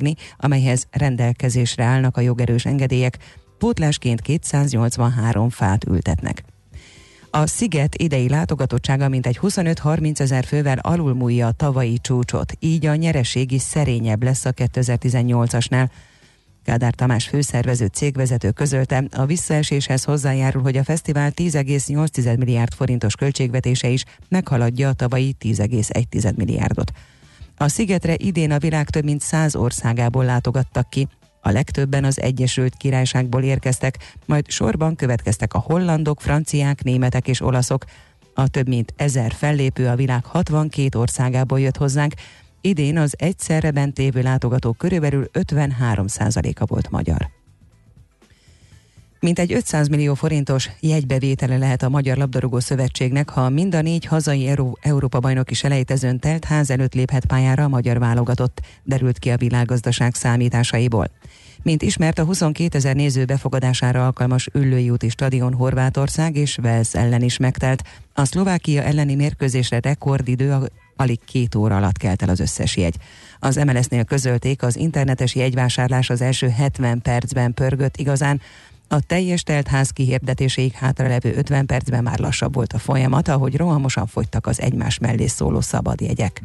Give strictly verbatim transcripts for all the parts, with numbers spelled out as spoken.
amelyhez rendelkezésre állnak a jogerős engedélyek, pótlásként kétszáznyolcvanhárom fát ültetnek. A sziget idei látogatottsága mintegy huszonöt-harminc ezer fővel alulmúlja a tavalyi csúcsot, így a nyereség is szerényebb lesz a kétezer-tizennyolcasnál. Kádár Tamás főszervező cégvezető közölte, a visszaeséshez hozzájárul, hogy a fesztivál tíz egész nyolc milliárd forintos költségvetése is meghaladja a tavalyi tíz egész egy milliárdot. A szigetre idén a világ több mint száz országából látogattak ki, a legtöbben az Egyesült Királyságból érkeztek, majd sorban következtek a hollandok, franciák, németek és olaszok. A több mint ezer fellépő a világ hatvankét országából jött hozzánk, idén az egyszerre bent lévő látogatók körülbelül ötvenhárom százaléka volt magyar. Mintegy ötszáz millió forintos jegybevétele lehet a Magyar Labdarúgó Szövetségnek, ha mind a négy hazai Euró- Európa-bajnoki selejtezőn telt ház előtt léphet pályára a magyar válogatott, derült ki a Világgazdaság számításaiból. Mint ismert, a huszonkétezer néző befogadására alkalmas Üllői úti stadion Horvátország és Wales ellen is megtelt. A Szlovákia elleni mérkőzésre rekordidő, alig két óra alatt kelt el az összes jegy. Az em el es-nél közölték, az internetes jegyvásárlás az első hetven percben pörgött igazán, a teljes teltház kihirdetéséig hátralevő ötven percben már lassabb volt a folyamat, ahogy rohamosan fogytak az egymás mellé szóló szabadjegyek.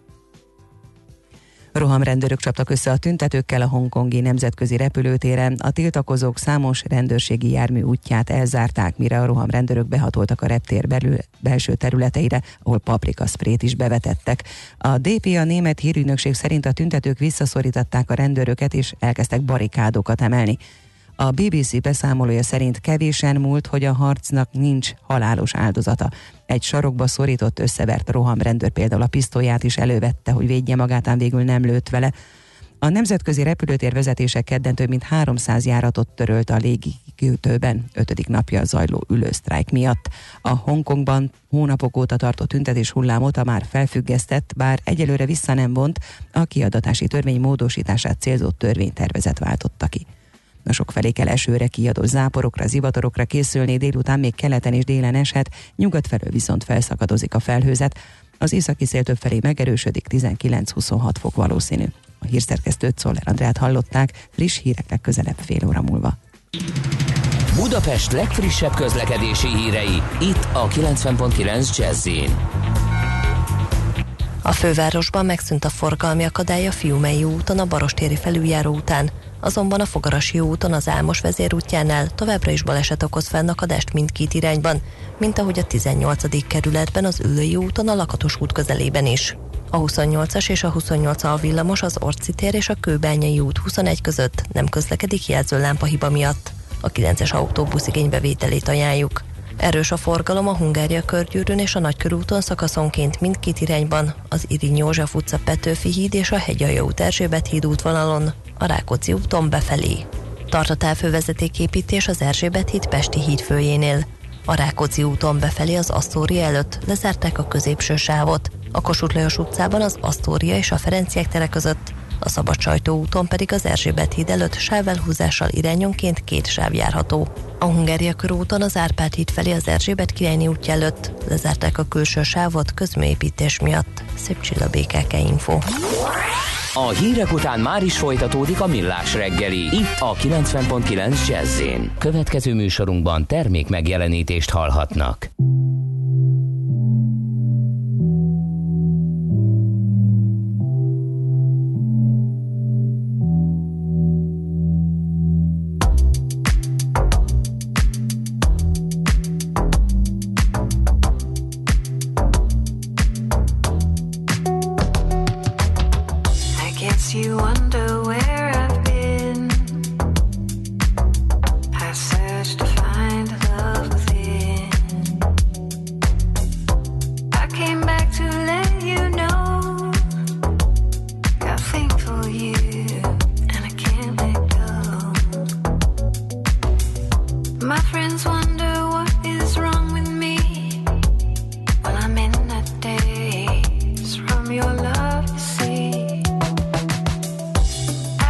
Rohamrendőrök csaptak össze a tüntetőkkel a hongkongi nemzetközi repülőtéren, a tiltakozók számos rendőrségi jármű útját elzárták, mire a rohamrendőrök behatoltak a reptér belül, belső területeire, ahol paprikaszprét is bevetettek. A dé pé, a német hírügynökség szerint a tüntetők visszaszorították a rendőröket és elkezdtek barikádokat emelni. A bé bé cé beszámolója szerint kevésen múlt, hogy a harcnak nincs halálos áldozata. Egy sarokba szorított, összevert rohamrendőr például a pisztolyát is elővette, hogy védje magát, ám végül nem lőtt vele. A nemzetközi repülőtér vezetése kedden több mint háromszáz járatot törölt a légikikötőben ötödik napja zajló ülősztrájk miatt. A Hongkongban hónapok óta tartó tüntetés hullámot a már felfüggesztett, bár egyelőre vissza nem vont, a kiadatási törvény módosítását célzó törvénytervezet váltotta ki. A sokfelé kell esőre, kiadó záporokra, zivatarokra készülni, délután még keleten és délen eshet, nyugat felől viszont felszakadozik a felhőzet. Az északi szél többfelé megerősödik, tizenkilenc-huszonhat fok valószínű. A hírszerkesztőt, Szoller Andrát hallották, friss hírek legközelebb fél óra múlva. Budapest legfrissebb közlekedési hírei, itt a kilencven pont kilenc Jazz-in. A fővárosban megszűnt a forgalmi akadály a Fiumei úton a Barostéri felüljáró után, azonban a Fogarasi úton az Álmos vezérútjánál továbbra is baleset okoz fennakadást mindkét irányban, mint ahogy a tizennyolcadik kerületben az Üllői úton a Lakatos út közelében is. A huszonnyolcas és a huszonnyolc A villamos az Orci tér és a Kőbányai út huszonegy között nem közlekedik jelzőlámpa hiba miatt. A kilences autóbusz igénybevételét ajánljuk. Erős a forgalom a Hungária körgyűrűn és a Nagykörúton szakaszonként mindkét irányban, az Irinyi József utca Petőfi híd és a Hegyalja út Erzsébet híd útvonalon, a Rákóczi úton befelé. Tart a távhővezetéképítés az Erzsébet híd Pesti híd főjénél. A Rákóczi úton befelé az Asztória előtt lezárták a középső sávot, a Kossuth Lajos utcában az Asztória és a Ferenciek tere között, a Szabadsajtó úton pedig az Erzsébet híd előtt sávvelhúzással irányonként két sáv járható. A Hungária körúton az Árpád híd felé az Erzsébet királyné útja előtt lezárták a külső sávot közműépítés miatt. Szép Csilla, bé ká ká Info. A hírek után már is folytatódik a Millás reggeli, itt a kilencven pont kilenc Jazz-in. Következő műsorunkban termék megjelenítést hallhatnak. You wonder where I've been. I searched to find love within. I came back to let you know I think for you and I can't let go. My friends wonder what is wrong with me. Well, I'm in the daze from your love, you see.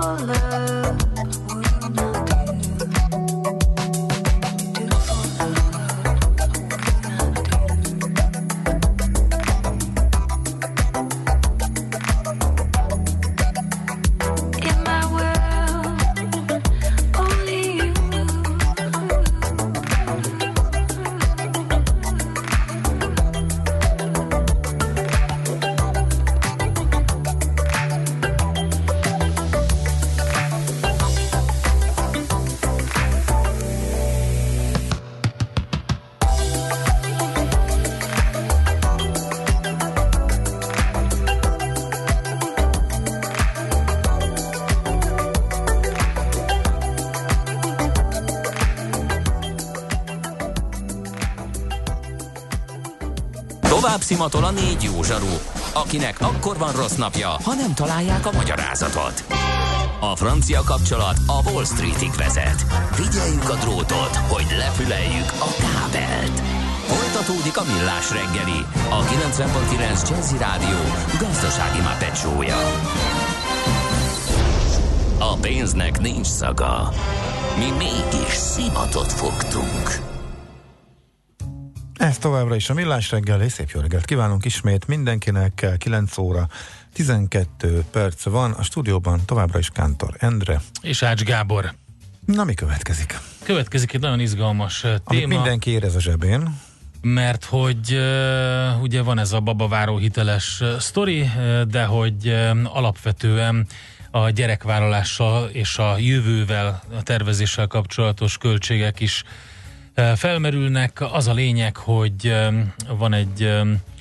love would not do. Tovább szimatol a négy jó zsaru, akinek akkor van rossz napja, ha nem találják a magyarázatot. A francia kapcsolat a Wall Streetig vezet. Figyeljük a drótot, hogy lefüleljük a kábelt. Folytatódik a Millás reggeli, a kilencven pont kilenc Jazzy Rádió gazdasági mápecsója. A pénznek nincs szaga. Mi mégis szimatot fogtunk. Ez továbbra is a Millás reggel, és szép jó reggelt kívánunk ismét mindenkinek. Kilenc óra tizenkét perc van, a stúdióban továbbra is Kántor Endre és Ács Gábor. Na, mi következik? Következik egy nagyon izgalmas téma. Amit mindenki érez a zsebén. Mert hogy uh, ugye van ez a babaváró hiteles uh, sztori, uh, de hogy uh, alapvetően a gyerekvállalással és a jövővel, a tervezéssel kapcsolatos költségek is felmerülnek. Az a lényeg, hogy van egy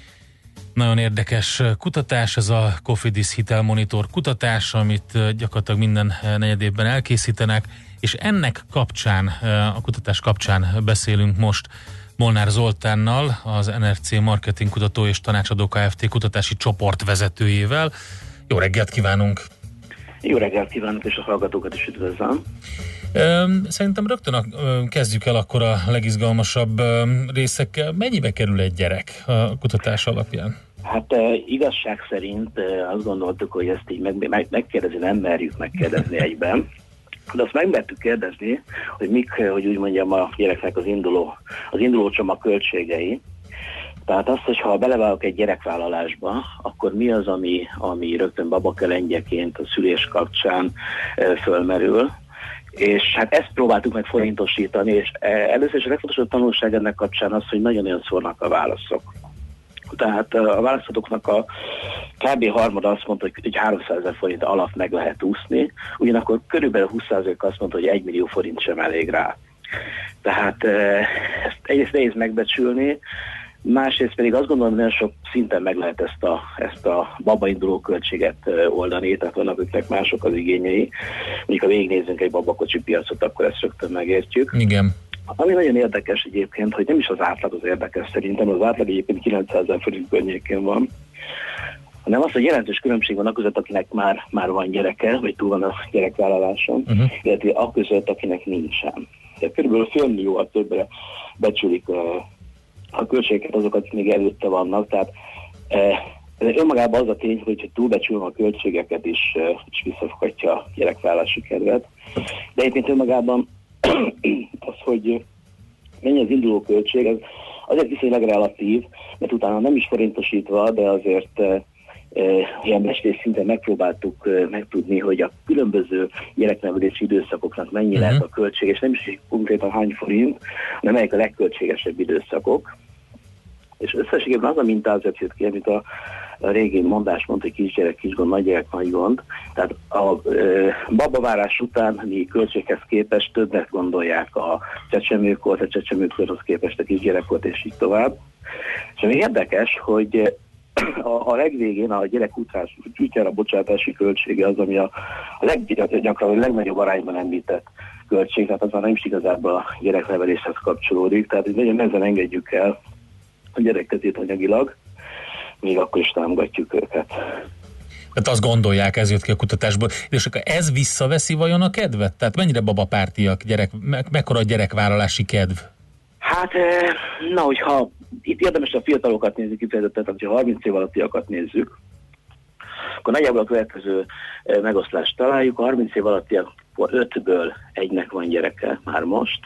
nagyon érdekes kutatás, ez a Cofidis hitelmonitor kutatás, amit gyakorlatilag minden negyed évben elkészítenek, és ennek kapcsán, a kutatás kapcsán beszélünk most Molnár Zoltánnal, az en er cé Marketing Kutató és Tanácsadó Kft. Kutatási csoport vezetőjével. Jó reggelt kívánunk! Jó reggelt kívánok, és a hallgatókat is üdvözlöm! Szerintem rögtön a, kezdjük el akkor a legizgalmasabb részekkel. Mennyibe kerül egy gyerek a kutatás alapján? Hát igazság szerint azt gondoltuk, hogy ezt így meg, meg, megkérdezni nem merjük megkérdezni egyben. De azt megmertük kérdezni, hogy mik, hogy úgy mondjam, a gyereknek az induló, az induló csomag költségei. Tehát azt, hogyha beleválok egy gyerekvállalásba, akkor mi az, ami, ami rögtön babakelengyeként a szülés kapcsán e, fölmerül. És hát ezt próbáltuk meg forintosítani, és először is a legfontosabb tanulság ennek kapcsán az, hogy nagyon-nagyon szórnak a válaszok. Tehát a választhatóknak a kb. Harmada azt mondta, hogy háromszázezer forint alatt meg lehet úszni, ugyanakkor körülbelül húsz százalék azt mondta, hogy egy millió forint sem elég rá. Tehát ezt egyrészt nehéz megbecsülni, másrészt pedig azt gondolom, hogy nagyon sok szinten meg lehet ezt a, ezt a babainduló költséget oldani, tehát vannak akiknek mások az igényei. Mondjuk ha végignézzünk egy babakocsi piacot, akkor ezt rögtön megértjük. Igen. Ami nagyon érdekes egyébként, hogy nem is az átlag az érdekes szerintem, az átlag egyébként kilencszázezer forint környékén van, hanem az, hogy jelentős különbség van a között, akinek már, már van gyereke, vagy túl van a gyerekvállaláson, uh-huh. illetve a között, akinek nincsen. Tehát körülbelül fél millióval többre becsülik a, a költségeket azok, akik még előtte vannak, tehát ez önmagában az a tény, hogy túlbecsülve a költségeket is, is visszafoghatja a gyerekvállalási kedvet. De egyébként önmagában az, hogy mennyi az induló költség, az azért viszonylag relatív, mert utána nem is forintosítva, de azért e, e, ilyen becslés szinten megpróbáltuk e, megtudni, hogy a különböző gyereknevelési időszakoknak mennyi uh-huh. lehet a költség, és nem is konkrétan hány forint, hanem melyek a legköltségesebb időszakok. És összességében az a mintázat jött ki, amit a, a régi mondás mondta, hogy kisgyerek, kisgond, nagygyerek, nagy gond. Tehát a e, babavárás utáni költséghez képest többet gondolják a csecsemőkort, a csecsemőkorhoz képest a kisgyerekkort, és így tovább. És ami érdekes, hogy a, a legvégén a gyerek utrás, útjára bocsátási költsége az, ami a, a leggyakrabban, a legnagyobb arányban említett költség, tehát az már nem is igazából a gyerekneveléshez kapcsolódik, tehát nagyon nehezen engedjük el a gyerek kezét anyagilag, még akkor is támogatjuk őket. Tehát azt gondolják, ez jött ki a kutatásból. És akkor ez visszaveszi vajon a kedvet? Tehát mennyire babapártiak, gyerek, me- mekkora a gyerekvállalási kedv? Hát, na, hogyha itt érdemes a fiatalokat nézzük kifejezetten, tehát ha harminc év alattiakat nézzük, akkor nagyjából a következő megoszlást találjuk. A harminc év alattiak ötből egynek van gyereke már most.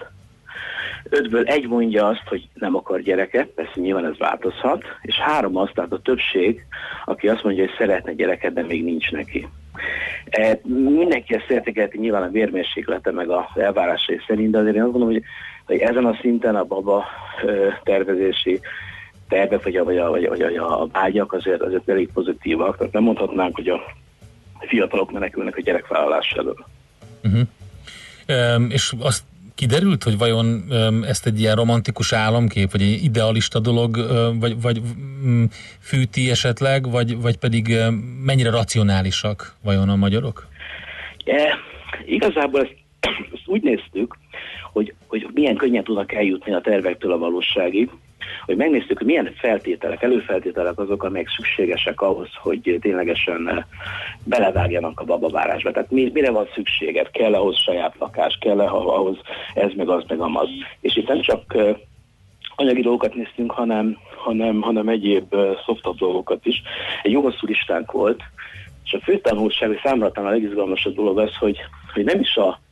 Ötből egy mondja azt, hogy nem akar gyereket, persze nyilván ez változhat, és három azt, tehát a többség, aki azt mondja, hogy szeretne gyereket, de még nincs neki. E, mindenki ezt értékelti nyilván a vérmérséklete meg az elvárásai szerint, de azért én azt gondolom, hogy, hogy ezen a szinten a baba ö, tervezési tervek, vagy a, vagy a, vagy a, vagy a vágyak azért, azért elég pozitívak, tehát nem mondhatnánk, hogy a fiatalok menekülnek a gyerekvállalás elől. Uh-huh. Um, és azt kiderült, hogy vajon um, ezt egy ilyen romantikus álomkép, vagy egy idealista dolog, uh, vagy, vagy um, fűti esetleg, vagy, vagy pedig um, mennyire racionálisak vajon a magyarok? E, igazából ezt, ezt úgy néztük, hogy, hogy milyen könnyen tudnak eljutni a tervektől a valóságig, hogy megnéztük, hogy milyen feltételek, előfeltételek azok, amelyek szükségesek ahhoz, hogy ténylegesen belevágjanak a babavárásba. Tehát mi, mire van szükséged? Kell ahhoz saját lakás? Kell ahhoz ez, meg az, meg amaz? És itt nem csak anyagi dolgokat néztünk, hanem, hanem, hanem egyéb szoftabb dolgokat is. Egy jó hosszú listánk volt, és a fő tanulság, hogy számomra talán a legizgalmasabb dolog az, hogy, hogy nem is a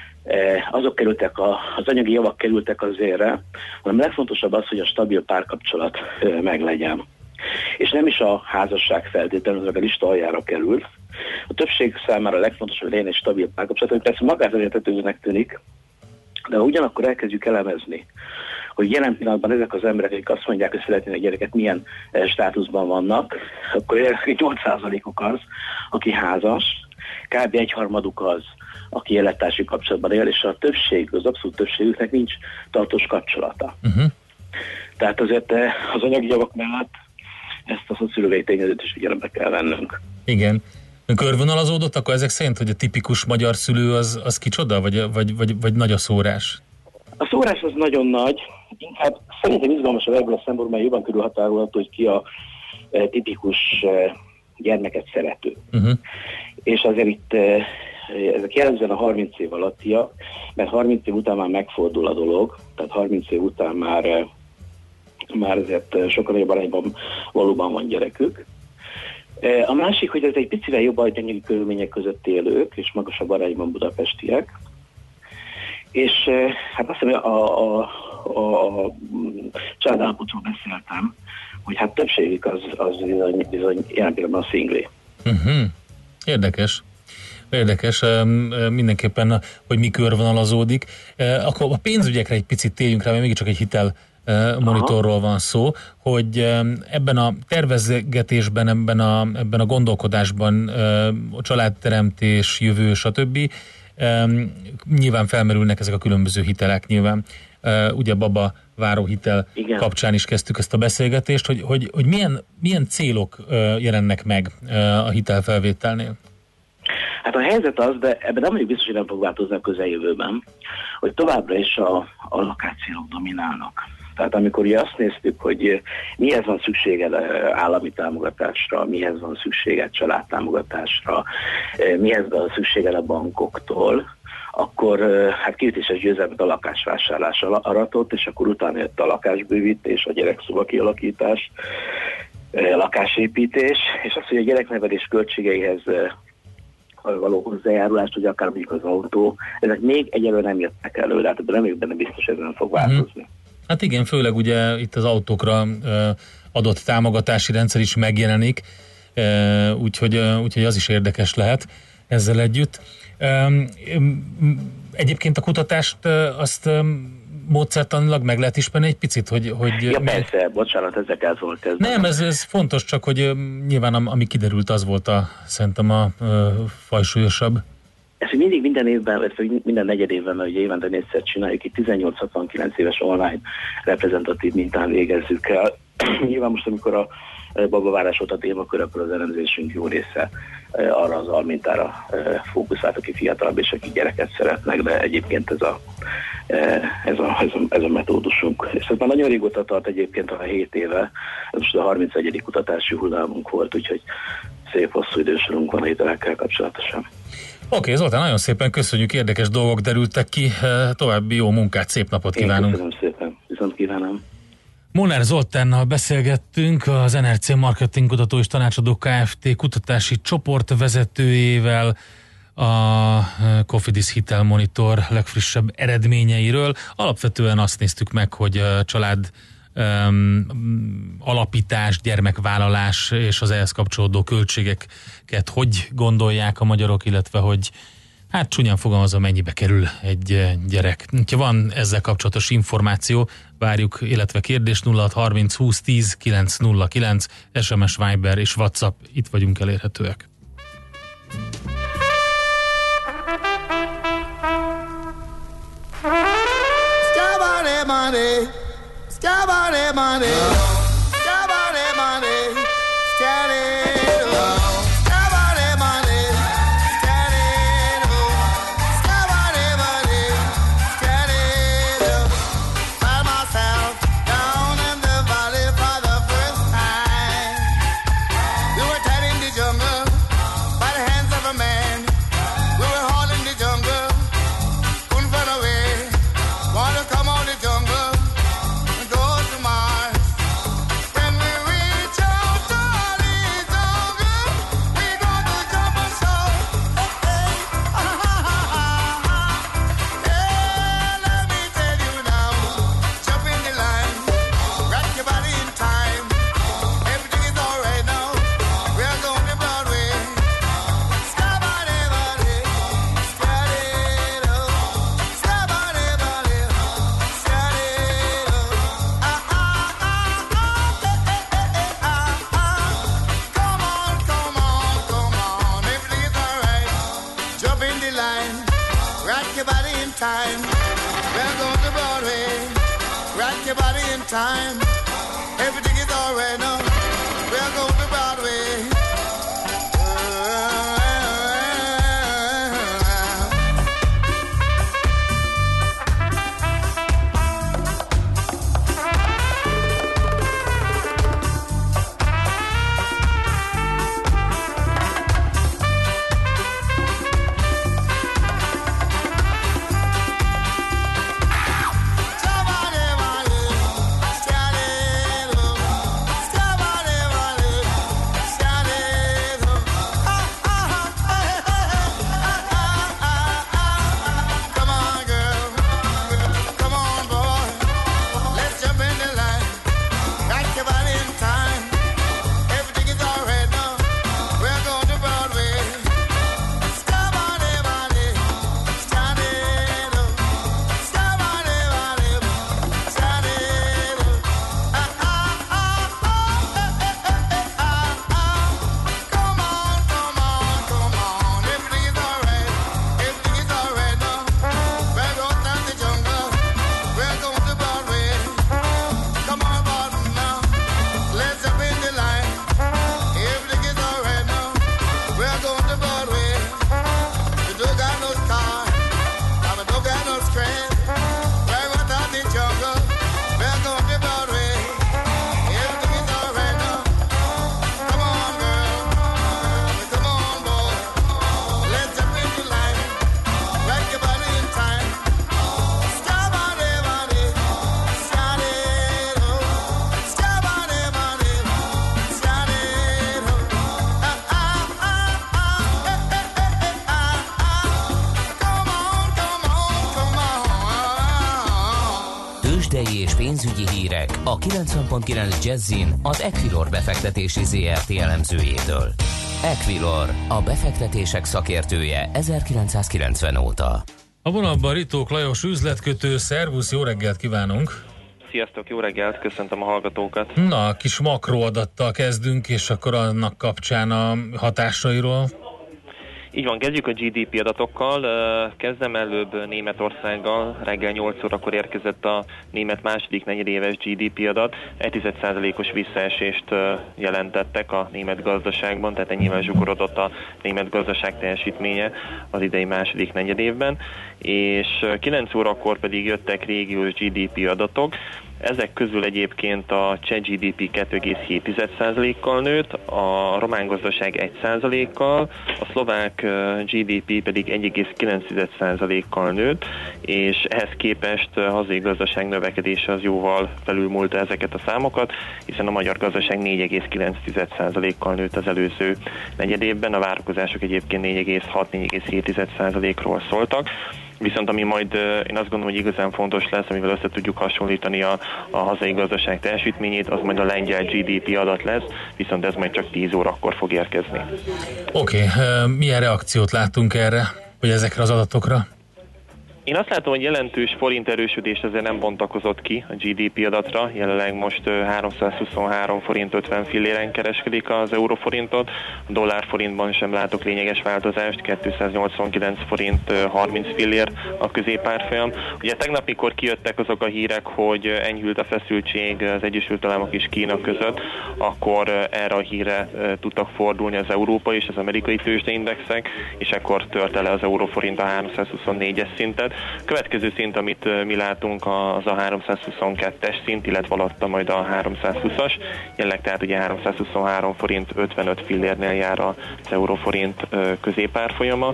azok kerültek, a, az anyagi javak kerültek az érre, hanem legfontosabb az, hogy a stabil párkapcsolat meglegyen. És nem is a házasság feltétlenül, a lista aljára került. A többség számára a legfontosabb, hogy legyen egy stabil párkapcsolat, hogy persze magát értetőnek tűnik, de ugyanakkor elkezdjük elemezni, hogy jelen pillanatban ezek az emberek, akik azt mondják, hogy szeretnének gyereket, milyen státuszban vannak, akkor nyolc százalékuk az, aki házas, kb. Egyharmaduk az, aki élettársi kapcsolatban él, és a többség, az abszolút többségüknek nincs tartós kapcsolata. Uh-huh. Tehát azért az anyagi javak mellett ezt a szociológiai tényezőt is figyelembe kell vennünk. Igen. Körvonalazódott akkor ezek szerint, hogy a tipikus magyar szülő az, az kicsoda, vagy, vagy, vagy, vagy nagy a szórás? A szórás az nagyon nagy, inkább szerintem izgalmasabb ebből a szempontból, mert jobban körülhatárolható, hogy ki a e, tipikus e, gyermeket szerető. Uh-huh. És azért itt e, ezek jellemzően a harminc év alattiak, mert harminc év után már megfordul a dolog, tehát harminc év után már, e, már azért sokkal nagyobb arányban valóban van gyerekük. E, a másik, hogy ez egy picivel jobb anyagi körülmények között élők, és magasabb arányban budapestiek. És hát azt hiszem, a, a, a, a családállapotról beszéltem, hogy hát többségük az, az bizony, bizony jelen pillanatban szingli. Uh-huh. Érdekes. Érdekes, mindenképpen, hogy mi körvonalazódik. Akkor a pénzügyekre egy picit térjünk rá, mert mégiscsak egy hitel monitorról van szó, hogy ebben a tervezgetésben, ebben a, ebben a gondolkodásban, a családteremtés, jövő, stb. Um, nyilván felmerülnek ezek a különböző hitelek, nyilván uh, ugye baba váró hitel Igen. kapcsán is kezdtük ezt a beszélgetést, hogy, hogy, hogy milyen, milyen célok uh, jelennek meg uh, a hitelfelvételnél? Hát a helyzet az, de ebben nem vagyok biztos, hogy nem fog változni a közeljövőben, hogy továbbra is a, a lakáscélok dominálnak. Tehát amikor ugye azt néztük, hogy mihez van szükséged állami támogatásra, mihez van szükséged családtámogatásra, mihez van szükséged a bankoktól, akkor hát kiütéses győzelmet a lakásvásárlás aratott, és akkor utána jött a lakásbővítés, a gyerekszoba kialakítás, a lakásépítés, és az, hogy a gyereknevelés költségeihez való hozzájárulást, hogy akár mondjuk az autó, ezek még egyelőre nem jöttek elő, de hát ebben nem vagyok benne biztos, hogy ez nem fog változni. Hmm. Hát igen, főleg ugye itt az autókra adott támogatási rendszer is megjelenik, úgyhogy, úgyhogy az is érdekes lehet ezzel együtt. Egyébként a kutatást azt módszertanilag meg lehet ismerni egy picit, hogy... hogy ja persze, meg... bocsánat, ezekkel volt kezdeni. Nem, ez, ez fontos, csak hogy nyilván ami kiderült, az volt a, szerintem a, a fajsúlyosabb. Ezt mindig minden évben, vagy minden negyed évben, mert ugye évente négyszer csináljuk, itt tizennyolc hatvankilenc éves online reprezentatív mintán végezzük el. Nyilván most, amikor a babavárás volt a témakör, akkor az elemzésünk jó része arra az almintára fókuszált, aki fiatalabb és aki gyereket szeretnek, de egyébként ez a, ez a, ez a, ez a metódusunk. És ez már nagyon régóta tart egyébként, a hét éve, ez most a harmincegyedik kutatási hullámunk volt, úgyhogy szép hosszú idősorunk van a hitelekkel kapcsolatosan. Oké, okay, Zoltán, nagyon szépen köszönjük, érdekes dolgok derültek ki, további jó munkát, szép napot kívánunk. Én köszönöm szépen, viszont kívánom. Molnár Zoltánnal beszélgettünk, az en er cé Marketing Kutató és Tanácsadó Kft. Kutatási csoport vezetőjével a Cofidis Hitelmonitor legfrissebb eredményeiről. Alapvetően azt néztük meg, hogy a család um, alapítás, gyermekvállalás és az ehhez kapcsolódó költségeket hogy gondolják a magyarok, illetve hogy hát csúnyán fogalmazva mennyibe kerül egy gyerek. Ha van ezzel kapcsolatos információ, várjuk, illetve kérdés nulla hat harminc húsz tíz kilenc nulla kilenc, es em es, Viber és WhatsApp, itt vagyunk elérhetőek. Scabbardy money, scabbardy money, scabbardy money, scabbardy. Time. Everything is alright now. We are going to Broadway. És pénzügyi hírek a kilencven pont kilenc Jazzin az Equilor befektetési zé er té elemzőjétől. Equilor, a befektetések szakértője ezerkilencszázkilencven óta. A vonalban Ritók Lajos üzletkötő, szervusz, jó reggelt kívánunk! Sziasztok, jó reggelt, köszöntöm a hallgatókat! Na, kis makroadattal kezdünk, és akkor annak kapcsán a hatásairól. Így van, kezdjük a gé dé pé adatokkal. Kezdem előbb Németországgal. Reggel nyolc órakor érkezett a német második negyedéves gé dé pé adat. egy százalékos visszaesést jelentettek a német gazdaságban, tehát ennyivel zsugorodott a német gazdaság teljesítménye az idei második negyedévben. És kilenc órakor pedig jöttek régiós gé dé pé adatok. Ezek közül egyébként a cseh gé dé pé kettő egész hét százalékkal nőtt, a román gazdaság egy százalékkal, a szlovák gé dé pé pedig egy egész kilenc százalékkal nőtt, és ehhez képest a hazai gazdaság növekedése az jóval felülmúlta ezeket a számokat, hiszen a magyar gazdaság négy egész kilenc százalékkal nőtt az előző negyedévben, a várakozások egyébként négy egész hat - négy egész hét százalékról szóltak. Viszont ami majd én azt gondolom, hogy igazán fontos lesz, amivel össze tudjuk hasonlítani a, a hazai gazdaság teljesítményét, az majd a lengyel gé dé pé adat lesz, viszont ez majd csak tíz órakor fog érkezni. Oké, okay. Milyen reakciót láttunk erre, vagy ezekre az adatokra? Én azt látom, hogy jelentős forint erősödés ezért nem bontakozott ki a gé dé pé adatra. Jelenleg most háromszázhuszonhárom forint ötven filléren kereskedik az euróforintot. A dollárforintban sem látok lényeges változást, kétszáznyolcvankilenc forint harminc fillér a középárfolyam. Ugye tegnap, mikor kijöttek azok a hírek, hogy enyhült a feszültség az Egyesült Államok és Kína között, akkor erre a hírre tudtak fordulni az európai és az amerikai tőzsdeindexek, és ekkor törte le az euróforint a háromszázhuszonnégyes szintet. Következő szint, amit mi látunk, az a háromszázhuszonkettes szint, illetve alatta majd a háromszázhúszas. Jelenleg tehát ugye háromszázhuszonhárom forint ötvenöt fillérnél jár az euróforint középárfolyama.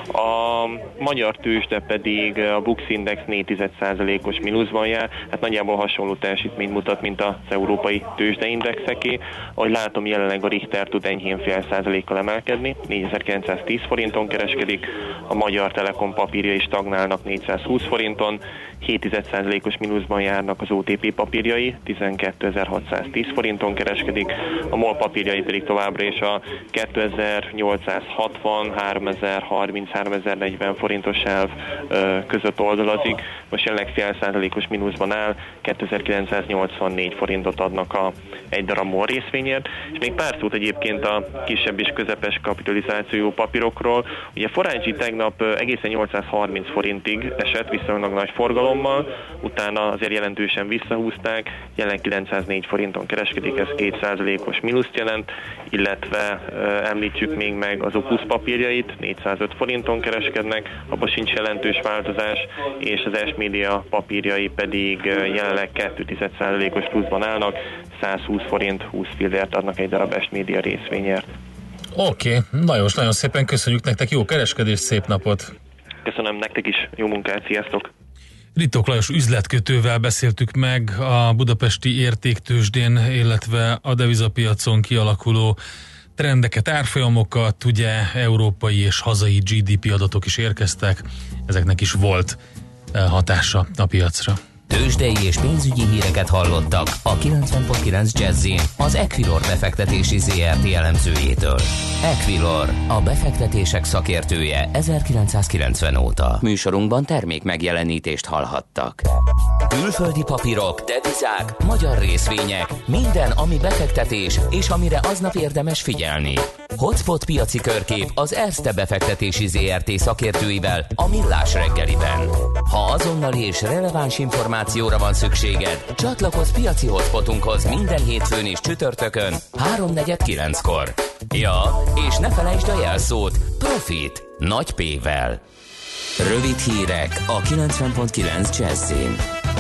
A magyar tőzsde pedig a Bux Index négy százalékos mínuszban jár, hát nagyjából hasonló teljesítményt mutat, mint az európai tőzsdeindexeké. Ahogy látom, jelenleg a Richter tud enyhén fél százalékkal emelkedni, négyezer-kilencszáztíz forinton kereskedik, a Magyar Telekom papírjai stagnálnak négyszázhúsz forinton, hét százalékos mínuszban járnak az o té pé papírjai, tizenkétezer-hatszáztíz forinton kereskedik, a MOL papírjai pedig továbbra is a kétezer-nyolcszázhatvan, háromezer-harminc, háromezer-negyven forintos elv között oldalazik. Most jelenleg fél százalékos mínuszban áll, kétezer-kilencszáznyolcvannégy forintot adnak a egy darab MOL részvényért, és még pár szót egyébként a kisebb és közepes kapitalizációjú papírokról. Ugye Forágyi tegnap egészen nyolcszázharminc forintig esett viszonylag nagy forgalommal, utána azért jelentősen visszahúzták, jelen kilencszáznégy forinton kereskedik, ez két százalékos mínuszt jelent, illetve e, említsük még meg az Opus papírjait, négyszázöt forinton kereskednek, abban sincs jelentős változás, és az S-Media papírjai pedig jelenleg két százalékos pluszban állnak, százhúsz forint húsz fillért adnak egy darab S-Media részvényért. Oké, okay. Nagyon, nagyon szépen köszönjük nektek, jó kereskedést, szép napot! Köszönöm nektek is, jó munkát, sziasztok! Rittók Lajos üzletkötővel beszéltük meg a budapesti értéktőzsdén, illetve a devizapiacon kialakuló trendeket, árfolyamokat, ugye európai és hazai gé dé pé adatok is érkeztek, ezeknek is volt hatása a piacra. Tőzsdei és pénzügyi híreket hallottak a kilencven pont kilenc Jazzin az Equilor befektetési zé er té elemzőjétől. Equilor, a befektetések szakértője ezerkilencszázkilencven óta. Műsorunkban termék megjelenítést hallhattak. Külföldi papírok, devizák, magyar részvények, minden, ami befektetés és amire aznap érdemes figyelni. Hotspot piaci körkép az Erste befektetési zé er té szakértőivel a Millás reggeliben. Ha azonnali és releváns információra van szükséged, csatlakozz piaci hotspotunkhoz minden hétfőn és csütörtökön háromnegyed kilenckor. Ja, és ne felejtsd a jelszót Profit nagy P-vel. Rövid hírek a kilencven pont kilenc Jazzin.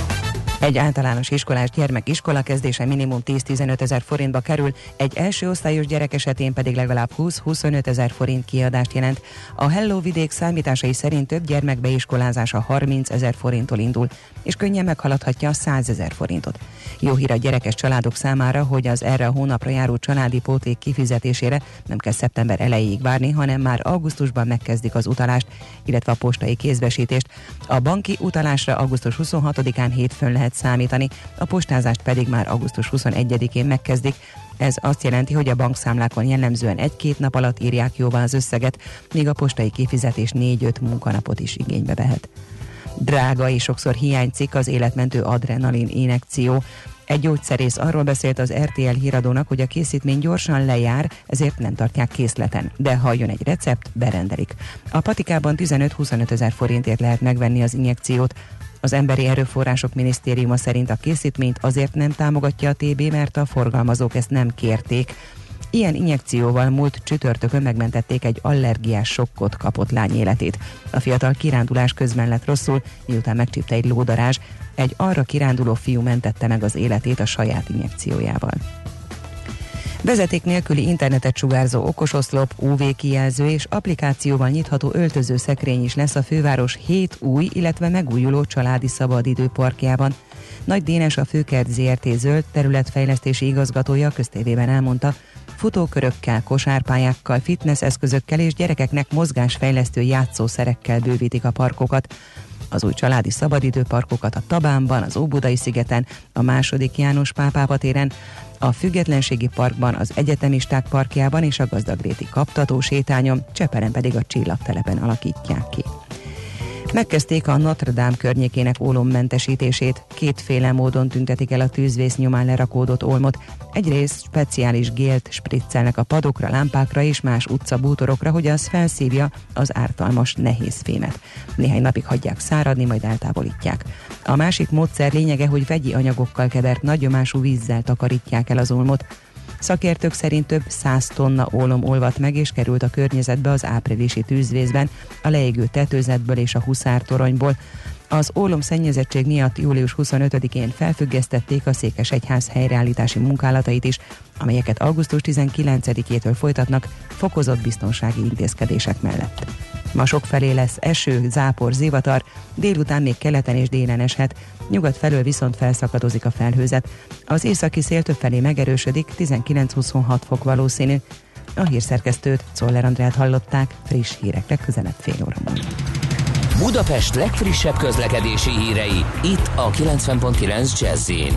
Egy általános iskolás gyermek iskolakezdése minimum tíz-tizenöt ezer forintba kerül, egy első osztályos gyerek esetén pedig legalább húsz-huszonöt ezer forint kiadást jelent. A Hello Vidék számításai szerint több gyermek beiskolázása harminc ezer forinttól indul, és könnyen meghaladhatja a száz ezer forintot. Jó hír a gyerekes családok számára, hogy az erre a hónapra járó családi pótlék kifizetésére nem kell szeptember elejéig várni, hanem már augusztusban megkezdik az utalást, illetve a postai kézbesítést. A banki utalásra augusztus huszonhatodikán hétfőn lehet számítani, a postázást pedig már augusztus huszonegyedikén megkezdik. Ez azt jelenti, hogy a bankszámlákon jellemzően egy-két nap alatt írják jóvá az összeget, míg a postai kifizetés négy-öt munkanapot is igénybe vehet. Drága és sokszor hiányzik az életmentő adrenalin injekció. Egy gyógyszerész arról beszélt az er té el híradónak, hogy a készítmény gyorsan lejár, ezért nem tartják készleten. De ha jön egy recept, berendelik. A patikában tizenöt-huszonöt ezer forintért lehet megvenni az injekciót. Az Emberi Erőforrások Minisztériuma szerint a készítményt azért nem támogatja a té bé, mert a forgalmazók ezt nem kérték. Ilyen injekcióval múlt csütörtökön megmentették egy allergiás sokkot kapott lány életét. A fiatal kirándulás közben lett rosszul, miután megcsípte egy lódarázs. Egy arra kiránduló fiú mentette meg az életét a saját injekciójával. Vezeték nélküli internetet sugárzó okososzlop, ú vé kijelző és applikációval nyitható öltöző szekrény is lesz a főváros hét új, illetve megújuló családi szabadidőparkjában. Nagy Dénes, a Főkert zé er té zöld területfejlesztési igazgatója a Köztévében elmondta, futókörökkel, kosárpályákkal, fitness-eszközökkel és gyerekeknek mozgásfejlesztő játszószerekkel bővítik a parkokat. Az új családi szabadidőparkokat a Tabánban, az Óbudai szigeten, a második János Pál Pápa téren, a Függetlenségi Parkban, az Egyetemisták parkjában és a Gazdagréti Kaptató sétányon, Csepelen pedig a Csillagtelepen alakítják ki. Megkezdték a Notre Dame környékének ólommentesítését. Kétféle módon tüntetik el a tűzvész nyomán lerakódott olmot. Egyrészt speciális gélt spriccelnek a padokra, lámpákra és más utcabútorokra, hogy az felszívja az ártalmas nehéz fémet. Néhány napig hagyják száradni, majd eltávolítják. A másik módszer lényege, hogy vegyi anyagokkal kevert nagyomású vízzel takarítják el az olmot. Szakértők szerint több száz tonna ólom olvadt meg és került a környezetbe az áprilisi tűzvészben, a leégő tetőzetből és a Huszártoronyból. Az ólom szennyezettség miatt július huszonötödikén felfüggesztették a Székesegyház helyreállítási munkálatait is, amelyeket augusztus tizenkilencedikétől folytatnak fokozott biztonsági intézkedések mellett. Ma sokfelé lesz eső, zápor, zivatar, délután még keleten és délen eshet, nyugat felől viszont felszakadozik a felhőzet. Az északi szél többfelé megerősödik, tizenkilenc-huszonhat fok valószínű. A hírszerkesztőt, Czoller Andrát hallották, friss hírek legközelebb fél óra múlva. Budapest legfrissebb közlekedési hírei, itt a kilencven pont kilenc Jazz-in.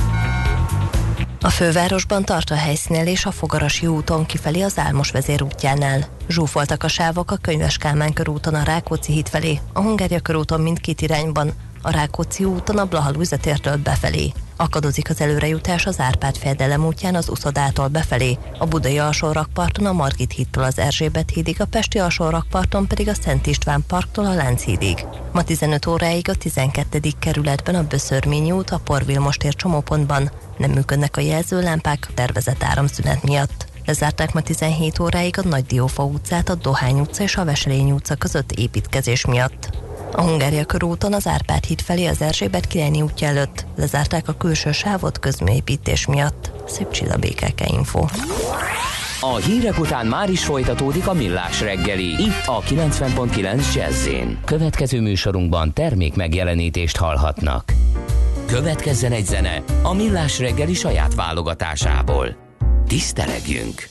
A fővárosban tart a helyszínelés a Fogarasi úton kifelé az Álmos vezér útjánál. Zsúfoltak a sávok a Könyves Kálmán körúton a Rákóczi híd felé, a Hungária körúton mindkét irányban, a Rákóczi úton a Blaha Lujza tértől befelé. Akadozik az előrejutás az Árpád-fejedelem útján az Uszodától befelé, a Budai alsórakparton a Margit hídtól az Erzsébet hídig, a Pesti alsórakparton pedig a Szent István parktól a Lánchídig. Ma tizenöt óráig a tizenkettedik kerületben a Böszörményi út, a Por Vilmos tér csomópontban nem működnek a jelzőlámpák tervezett áramszünet miatt. Lezárták ma tizenhét óráig a Nagy Diófa utcát, a Dohány utca és a Veselényi utca között építkezés miatt. A Hungária körúton az Árpád híd felé az Erzsébet királyi útja előtt lezárták a külső sávot közműépítés miatt. Szép Csilla, bé ká ká Info. A hírek után már is folytatódik a Millás reggeli, itt a kilencven pont kilenc Jazz-in. Következő műsorunkban termék megjelenítést hallhatnak. Következzen egy zene a Millás reggeli saját válogatásából. Tisztelegjünk!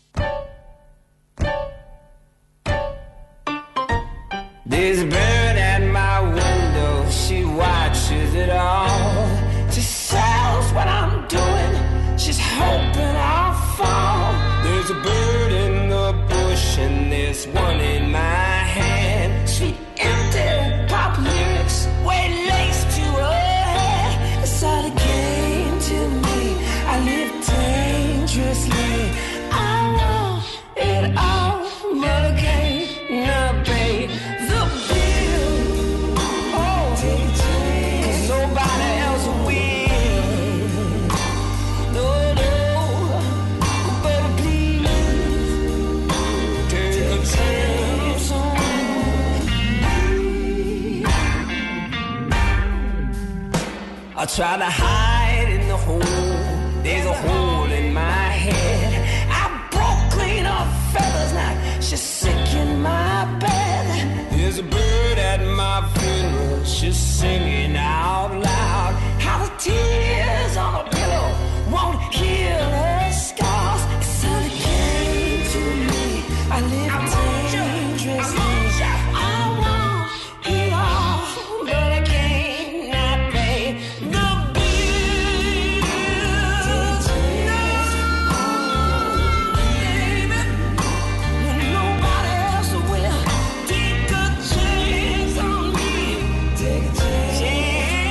There's a bird at my window, she watches it all. She says what I'm doing, she's hoping I'll fall. There's a bird in the bush and there's one in my hand. Sweet empty pop lyrics, way laced to her head. It's all a game to me, I live dangerously. I want it all, but I can't not pay the bill. Oh, cause nobody else will. No, no, but please take a chance on me. I try to hide in the hole, there's a hole in my head. I broke clean off feathers, now she's sick in my bed. There's a bird at my funeral, she's singing out loud. How the tears on a pillow won't heal her scars. It's all a game to me, I live dangerously. I want it all, but I can't not pay the bill. No, baby, when nobody else will. Take a chance on me. Take a chance.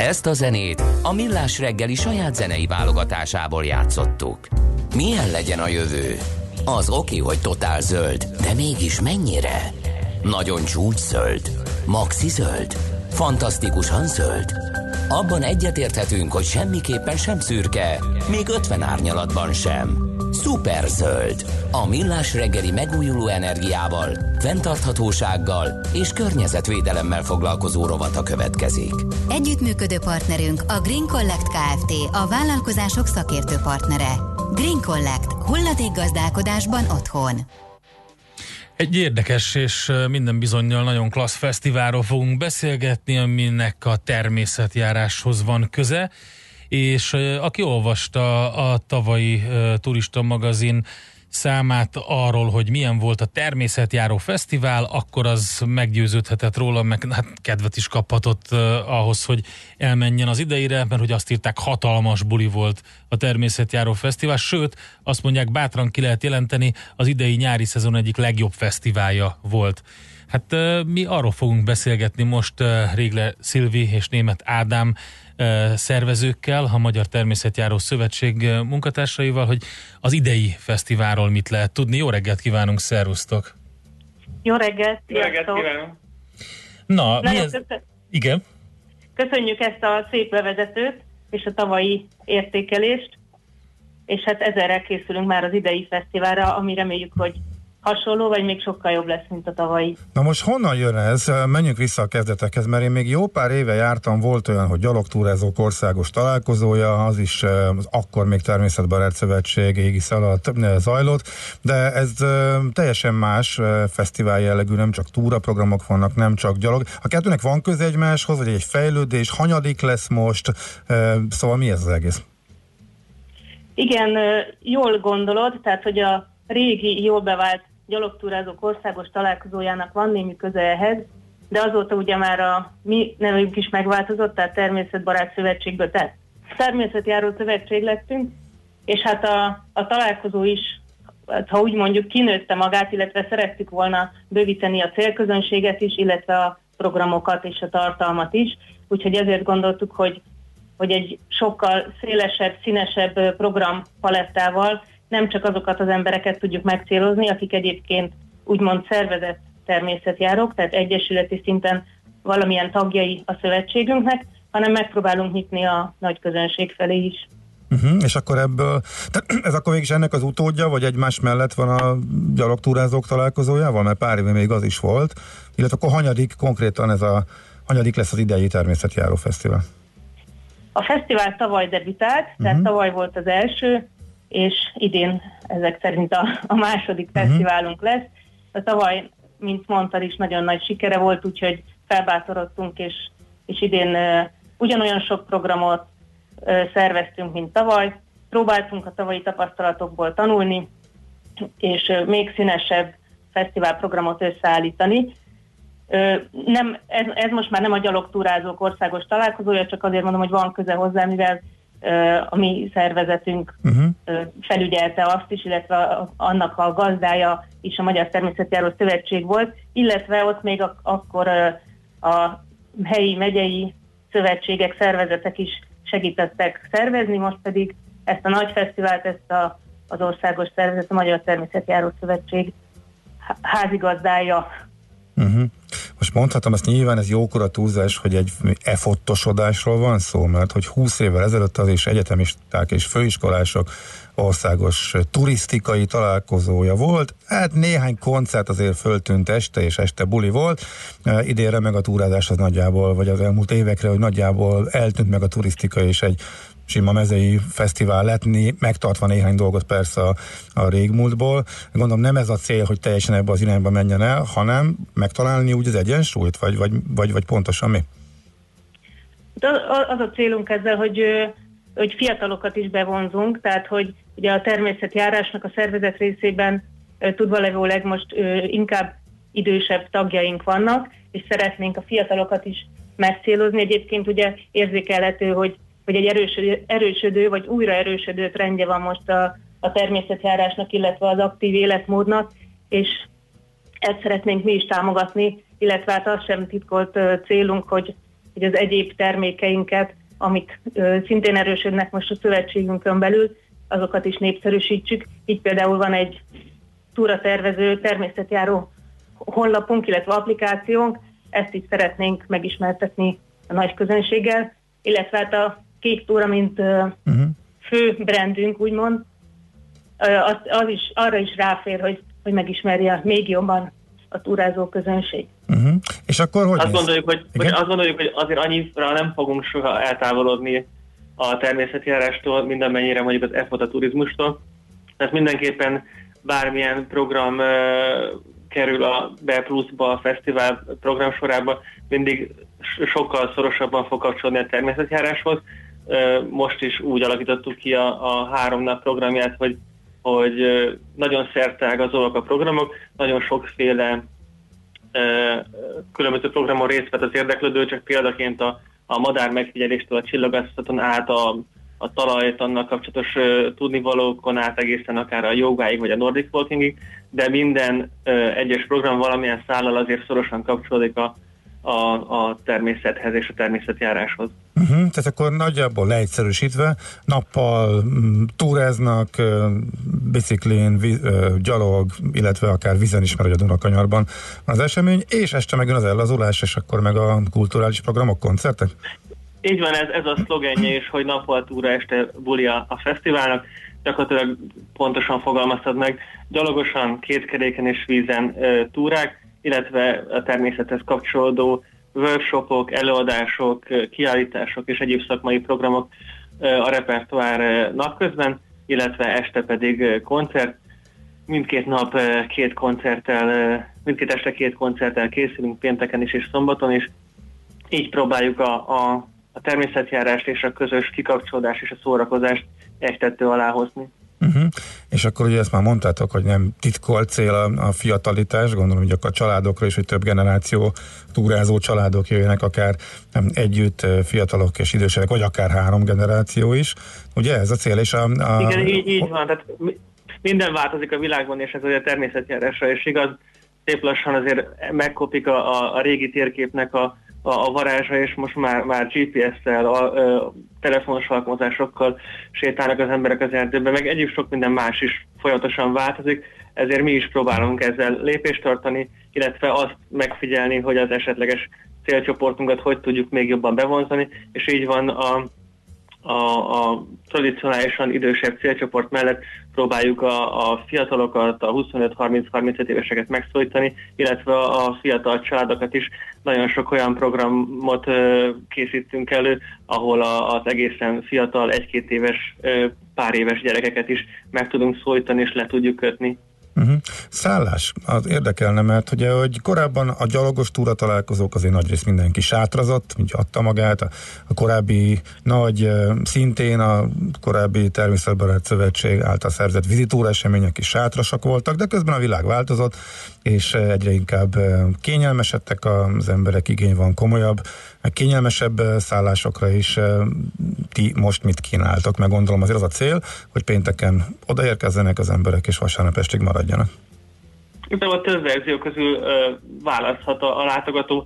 Ezt a zenét a Millás reggeli saját zenei válogatásából játszottuk. Milyen legyen a jövő? Az oké, hogy totál zöld, de mégis mennyire? Nagyon csúcs zöld? Maxi zöld? Fantasztikusan zöld? Abban egyetérthetünk, hogy semmiképpen sem szürke, még ötven árnyalatban sem. Szuper zöld. A Millás reggeli megújuló energiával, fenntarthatósággal és környezetvédelemmel foglalkozó rovata következik. Együttműködő partnerünk a Green Collect Kft., a vállalkozások szakértő partnere. Green Collect. Hulladékgazdálkodásban otthon. Egy érdekes és minden bizonnyal nagyon klassz fesztiválról fogunk beszélgetni, aminek a természetjáráshoz van köze, és aki olvasta a tavalyi Turista magazin számát arról, hogy milyen volt a természetjáró fesztivál, akkor az meggyőződhetett róla, meg hát kedvet is kaphatott uh, ahhoz, hogy elmenjen az idejére, mert hogy azt írták, hatalmas buli volt a természetjáró fesztivál, sőt, azt mondják, bátran ki lehet jelenteni, az idei nyári szezon egyik legjobb fesztiválja volt. Hát uh, mi arról fogunk beszélgetni most uh, Régler Szilvi és Németh Ádám szervezőkkel, a Magyar Természetjáró Szövetség munkatársaival, hogy az idei fesztiválról mit lehet tudni. Jó reggelt kívánunk, szervusztok! Jó reggelt! Jó reggelt kívánunk! Na, mi ez? Köszön... Igen? Köszönjük ezt a szép bevezetőt és a tavalyi értékelést, és hát ezerrel készülünk már az idei fesztiválra, ami reméljük, hogy hasonló, vagy még sokkal jobb lesz, mint a tavalyi. Na most honnan jön ez? Menjünk vissza a kezdetekhez, mert én még jó pár éve jártam, volt olyan, hogy gyalogtúrázók országos találkozója, az is az akkor még Természetbarát Szövetség égisze alatt zajlott, de ez teljesen más fesztivál jellegű, nem csak túraprogramok vannak, nem csak gyalog. A kettőnek van köze egymáshoz, vagy egy fejlődés, hanyadik lesz most, szóval mi ez az egész? Igen, jól gondolod, tehát hogy a régi, jól bevált gyalogtúrázók országos találkozójának van némi köze ehhez, de azóta ugye már a mi nevünk is megváltozott, tehát Természetbarát Szövetségből, tehát Természetjáró Szövetség lettünk, és hát a, a találkozó is, ha úgy mondjuk, kinőtte magát, illetve szerettük volna bővíteni a célközönséget is, illetve a programokat és a tartalmat is, úgyhogy ezért gondoltuk, hogy, hogy egy sokkal szélesebb, színesebb programpalettával nem csak azokat az embereket tudjuk megcélozni, akik egyébként úgymond szervezett természetjárók, tehát egyesületi szinten valamilyen tagjai a szövetségünknek, hanem megpróbálunk nyitni a nagy közönség felé is. Uh-huh, és akkor ebből, ez akkor mégis ennek az utódja, vagy egymás mellett van a gyalogtúrázók találkozójával, mert pár éve még az is volt, illetve akkor hanyadik konkrétan ez a, hanyadik lesz az idei természetjáró fesztivál? A fesztivál tavaly debütált, uh-huh. tehát tavaly volt az első, és idén ezek szerint a, a második uh-huh. fesztiválunk lesz. A tavaly, mint mondtad is, nagyon nagy sikere volt, úgyhogy felbátorodtunk, és, és idén uh, ugyanolyan sok programot uh, szerveztünk, mint tavaly. Próbáltunk a tavalyi tapasztalatokból tanulni, és uh, még színesebb fesztiválprogramot összeállítani. Uh, nem, ez, ez most már nem a gyalogtúrázók országos találkozója, csak azért mondom, hogy van köze hozzá, mivel a mi szervezetünk uh-huh. felügyelte azt is, illetve annak a gazdája is a Magyar Természetjáró Szövetség volt, illetve ott még a, akkor a helyi, megyei szövetségek, szervezetek is segítettek szervezni, most pedig ezt a nagy fesztivált, ezt a, az országos szervezet, a Magyar Természetjáró Szövetség házigazdája. Uh-huh. Most mondhatom, ezt nyilván ez jókora túlzás, hogy egy e-fottosodásról van szó, mert hogy húsz évvel ezelőtt az is egyetemisták és főiskolások országos turisztikai találkozója volt. Hát néhány koncert azért föltűnt este, és este buli volt. E, idénre meg a túrázás az nagyjából, vagy az elmúlt évekre, hogy nagyjából eltűnt meg a turisztika, és egy sima mezei fesztivál letni, megtartva néhány dolgot persze a, a régmúltból. Gondolom nem ez a cél, hogy teljesen ebbe az irányba menjen el, hanem megtalálni úgy az egyensúlyt, vagy, vagy, vagy, vagy pontosan mi? Az a célunk ezzel, hogy, hogy fiatalokat is bevonzunk, tehát hogy ugye a természetjárásnak a szervezet részében tudvalevőleg most inkább idősebb tagjaink vannak, és szeretnénk a fiatalokat is megcélozni. Egyébként ugye érzékelhető, hogy hogy egy erősödő, erősödő, vagy újra erősödő trendje van most a, a természetjárásnak, illetve az aktív életmódnak, és ezt szeretnénk mi is támogatni, illetve hát az sem titkolt célunk, hogy, hogy az egyéb termékeinket amik ö, szintén erősödnek most a szövetségünkön belül, azokat is népszerűsítsük. Így például van egy túratervező, természetjáró honlapunk, illetve applikációnk, ezt is szeretnénk megismertetni a nagy közönséggel, illetve hát a Kék Túra, mint ö, uh-huh. fő brandünk, úgymond, ö, az, az is, arra is ráfér, hogy, hogy megismerje még jobban a túrázó közönség. Uh-huh. És akkor hogy azt gondoljuk, hogy, hogy azt gondoljuk, hogy azért annyira nem fogunk soha eltávolodni a természetjárástól, mint amennyire mondjuk az e-fototurizmustól. Tehát mindenképpen bármilyen program uh, kerül a be pluszba, a fesztivál program sorába, mindig sokkal szorosabban fog kapcsolódni a természetjáráshoz. Uh, most is úgy alakítottuk ki a, a három nap programját, hogy, hogy nagyon szerteágazóak a programok, nagyon sokféle különböző programon részt vett az érdeklődő, csak példaként a, a madár megfigyeléstől a csillagászaton át a, a talajt, annak kapcsolatos uh, tudnivalókon át egészen akár a jogáig vagy a Nordic Walkingig, de minden uh, egyes program valamilyen szállal azért szorosan kapcsolódik a, a, a természethez és a természetjáráshoz. Uh-huh, tehát akkor nagyjából leegyszerűsítve nappal m, túráznak, biciklén, vi, gyalog, illetve akár vízen is, mert a Dunakanyarban van az esemény, és este megjön az ellazulás, és akkor meg a kulturális programok, koncertek? Így van, ez, ez a szlogenje is, hogy nappal túra, este buli a, a fesztiválnak, gyakorlatilag pontosan fogalmaztad meg, gyalogosan, kétkeréken és vízen e, túrák, illetve a természethez kapcsolódó workshopok, előadások, kiállítások és egyéb szakmai programok a repertoár napközben, illetve este pedig koncert. Mindkét nap két koncerttel, mindkét este két koncerttel készülünk, pénteken is és szombaton is. Így próbáljuk a, a, a természetjárást és a közös kikapcsolódást és a szórakozást egy tető alá hozni. Uh-huh. És akkor ugye ezt már mondtátok, hogy nem titkolt cél a, a fiatalitás, gondolom, hogy a családokra is, hogy több generáció túrázó családok jöjjenek, akár együtt fiatalok és idősek, vagy akár három generáció is. Ugye ez a cél? És a, a... Igen, így, így van. Tehát minden változik a világban, és ez ugye a természetjárásra is igaz. Szép lassan azért megkopik a, a, a régi térképnek a A, a varázsa, és most már, már gé pé es-szel, a, a telefonos alkalmazásokkal sétálnak az emberek az erdőben, meg egyéb sok minden más is folyamatosan változik, ezért mi is próbálunk ezzel lépést tartani, illetve azt megfigyelni, hogy az esetleges célcsoportunkat hogy tudjuk még jobban bevonzani, és így van a A, a tradicionálisan idősebb célcsoport mellett próbáljuk a, a fiatalokat, a huszonöt-harminc-harmincöt éveseket megszólítani, illetve a fiatal családokat is. Nagyon sok olyan programot ö, készítünk elő, ahol a, az egészen fiatal, egy-két éves, ö, pár éves gyerekeket is meg tudunk szólítani és le tudjuk kötni. Uh-huh. Szállás, az érdekelne, mert ugye, hogy korábban a gyalogos túra találkozók azért nagyrészt mindenki sátrazott, úgy adta magát, a, a korábbi nagy, szintén a korábbi Természetbarát Szövetség által szerzett vizitúra események is sátrasak voltak, de közben a világ változott, és egyre inkább kényelmesedtek az emberek, igény van komolyabb, meg kényelmesebb szállásokra is. Ti most mit kínáltok? Meg gondolom azért az a cél, hogy pénteken odaérkezzenek az emberek, és vasárnap estig maradjanak. Igazából több verzió közül uh, választhat a, a látogató.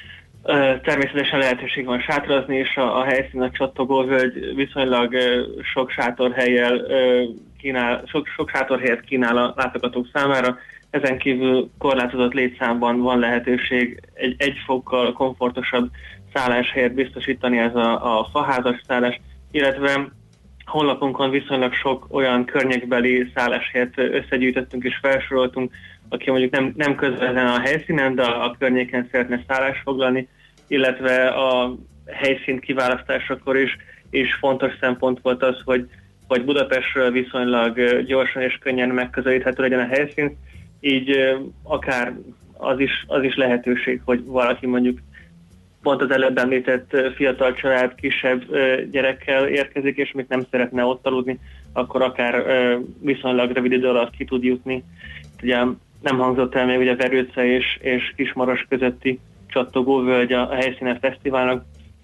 Uh, természetesen lehetőség van sátrazni, és a, a helyszín a Csattogóvölgy viszonylag uh, sok sátorhellyel uh, kínál, sok, sok sátorhelyet kínál a látogatók számára. Ezen kívül korlátozott létszámban van lehetőség egy egy fokkal komfortosabb szálláshelyet biztosítani, ez a, a faházas szállás, illetve honlapunkon viszonylag sok olyan környékbeli szálláshelyet összegyűjtöttünk és felsoroltunk, aki mondjuk nem, nem közvetlen a helyszínen, de a, a környéken szeretne szállást foglalni, illetve a helyszín kiválasztásakor is, is fontos szempont volt az, hogy, hogy Budapestről viszonylag gyorsan és könnyen megközelíthető legyen a helyszín, így akár az is, az is lehetőség, hogy valaki mondjuk pont az előbb említett fiatal család kisebb gyerekkel érkezik, és még nem szeretne ott aludni, akkor akár viszonylag rövid idő alatt ki tud jutni. Ugye nem hangzott el még ugye Verőce és, és Kismaros közötti Csattogóvölgy a helyszínen fesztiválnak.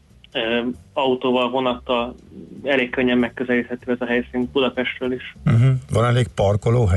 Autóval, vonattal elég könnyen megközelíthető ez a helyszín Budapestről is. Uh-huh. Van elég parkolóhely?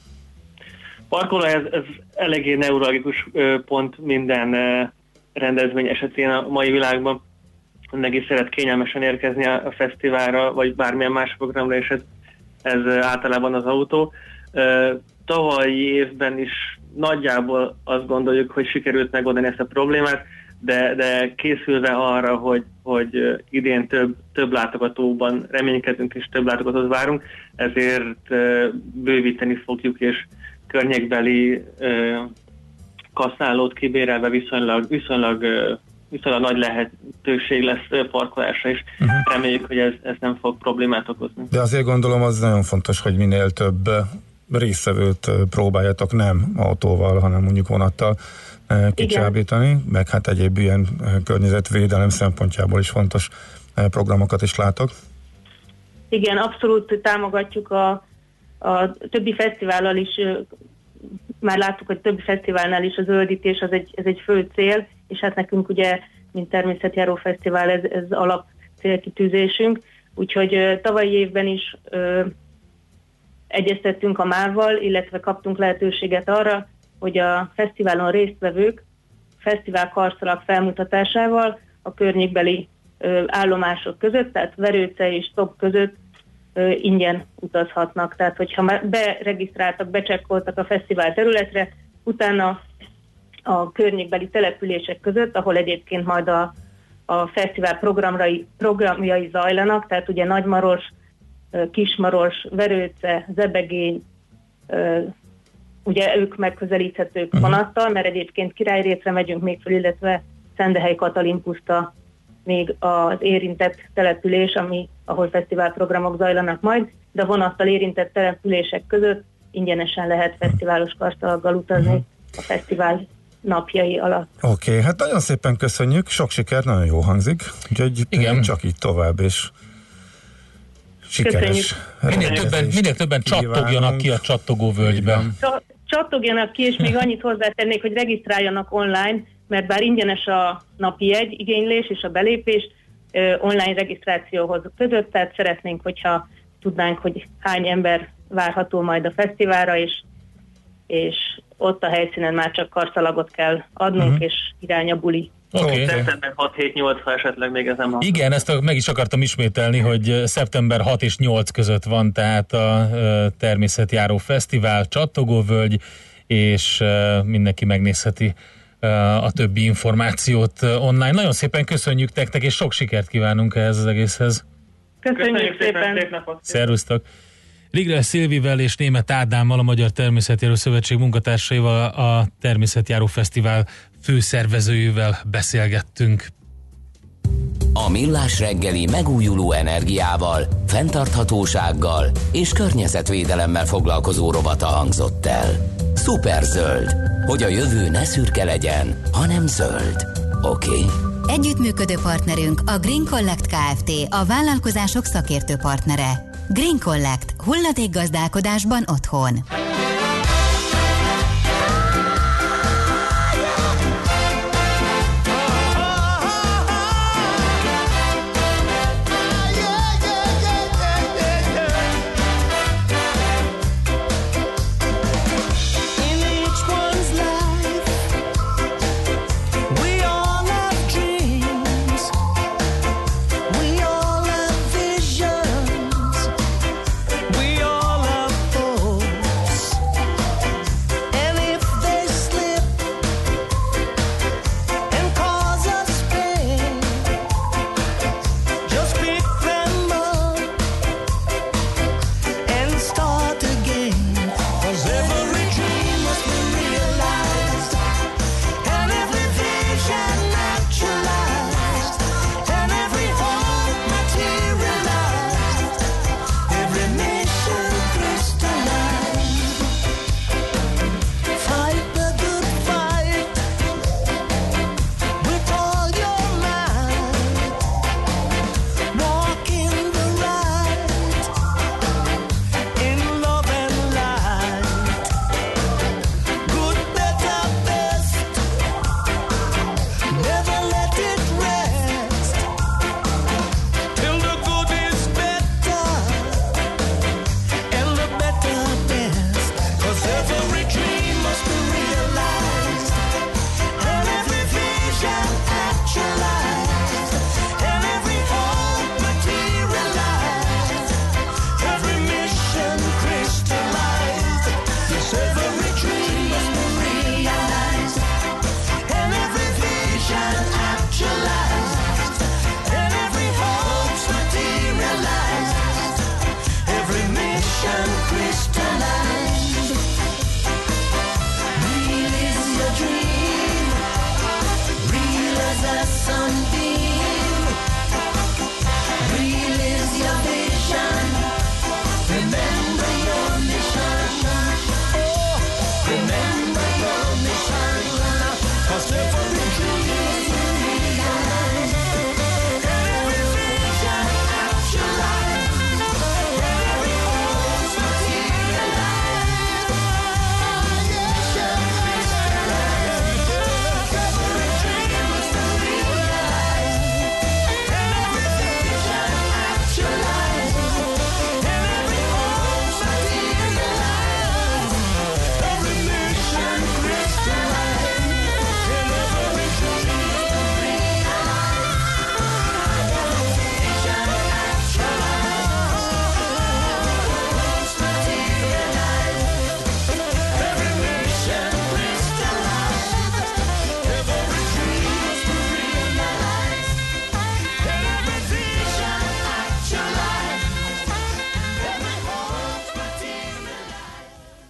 Parkolóhely, ez, ez eléggé neuralgikus pont minden rendezvény esetén a mai világban. mindenki szeret kényelmesen érkezni a, a fesztiválra, vagy bármilyen más programra, és ez, ez általában az autó. Tavalyi évben is nagyjából azt gondoljuk, hogy sikerült megoldani ezt a problémát, de, de készülve arra, hogy, hogy idén több, több látogatóban reménykedünk és több látogatót várunk, ezért bővíteni fogjuk, és környékbeli kaszálót kibérelve viszonylag, viszonylag, viszonylag nagy lehetőség lesz parkolásra, és uh-huh. reméljük, hogy ez, ez nem fog problémát okozni. De azért gondolom az nagyon fontos, hogy minél több résztvevőt próbáljatok nem autóval, hanem mondjuk vonattal kicsábítani, igen. Meg hát egyéb ilyen környezetvédelem szempontjából is fontos programokat is látok. Igen, abszolút támogatjuk a, a többi fesztivállal is, már láttuk, hogy többi fesztiválnál is a zöldítés az egy, ez egy fő cél, és hát nekünk ugye, mint természetjáró fesztivál, ez, ez alap célkitűzésünk, úgyhogy tavalyi évben is ö, egyeztettünk a MÁV-val, illetve kaptunk lehetőséget arra, hogy a fesztiválon résztvevők fesztivál karszalag felmutatásával a környékbeli ö, állomások között, tehát Verőce és Top között ö, ingyen utazhatnak. Tehát, hogyha már beregisztráltak, becsekkoltak a fesztivál területre, utána a környékbeli települések között, ahol egyébként majd a, a fesztivál programjai, programjai zajlanak, tehát ugye Nagymaros, Kismaros, Verőce, Zebegény, ugye ők megközelíthetők uh-huh. vonattal, mert egyébként Királyrétre megyünk még fel, illetve Szendehely Katalin-puszta még az érintett település, ami, ahol fesztiválprogramok zajlanak majd, de vonattal érintett települések között ingyenesen lehet fesztiválos karszalaggal utazni uh-huh. a fesztivál napjai alatt. Oké, okay, hát nagyon szépen köszönjük, sok sikert, nagyon jó hangzik, úgyhogy igen. Csak így tovább, és sikeres. Minél többen, minél többen csattogjanak ki a csattogó völgybe. Csattogjanak ki, és még annyit hozzátennék, hogy regisztráljanak online, mert bár ingyenes a napi jegy igénylés és a belépés online regisztrációhoz között, tehát szeretnénk, hogyha tudnánk, hogy hány ember várható majd a fesztiválra, és, és ott a helyszínen már csak karszalagot kell adnunk, uh-huh. és irány a buli. Okay. Szeptember hat hét nyolc, ha esetleg még ez nem van. Igen, ezt meg is akartam ismételni, hogy szeptember hat és nyolc között van tehát a Természetjáró Fesztivál, Csattogóvölgy, és mindenki megnézheti a többi információt online. Nagyon szépen köszönjük nektek, és sok sikert kívánunk ehhez az egészhez. Köszönjük, köszönjük szépen! szépen. Szervusztok! Rigler Szilvivel és Németh Ádámmal, a Magyar Természetjáró Szövetség munkatársaival, a Természetjáró Fesztivál főszervezőjével beszélgettünk. A Millás reggeli megújuló energiával, fenntarthatósággal és környezetvédelemmel foglalkozó rovata hangzott el. Szuperzöld, hogy a jövő ne szürke legyen, hanem zöld. Oké? Okay? Együttműködő partnerünk a Green Collect Kft., a vállalkozások szakértő partnere. Green Collect. Hulladékgazdálkodásban otthon.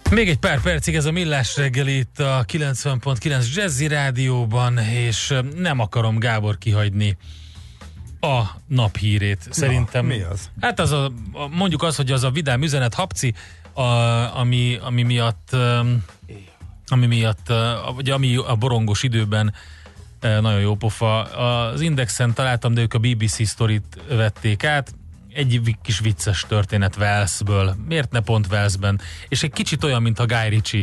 Még egy pár percig ez a Millás reggeli itt a kilencven pont kilenc Jazzy Rádióban, és nem akarom, Gábor, kihagyni a naphírét. Szerintem. Na, mi az? Hát az a, mondjuk az, hogy az a vidám üzenet, Habci, a, ami, ami miatt ami miatt, vagy ami a borongos időben nagyon jó pofa. Az Indexen találtam, de ők a bé bé cé sztorit vették át. Egy kis vicces történet Walesből. Miért ne pont Walesben? És egy kicsit olyan, mint a Guy Ritchie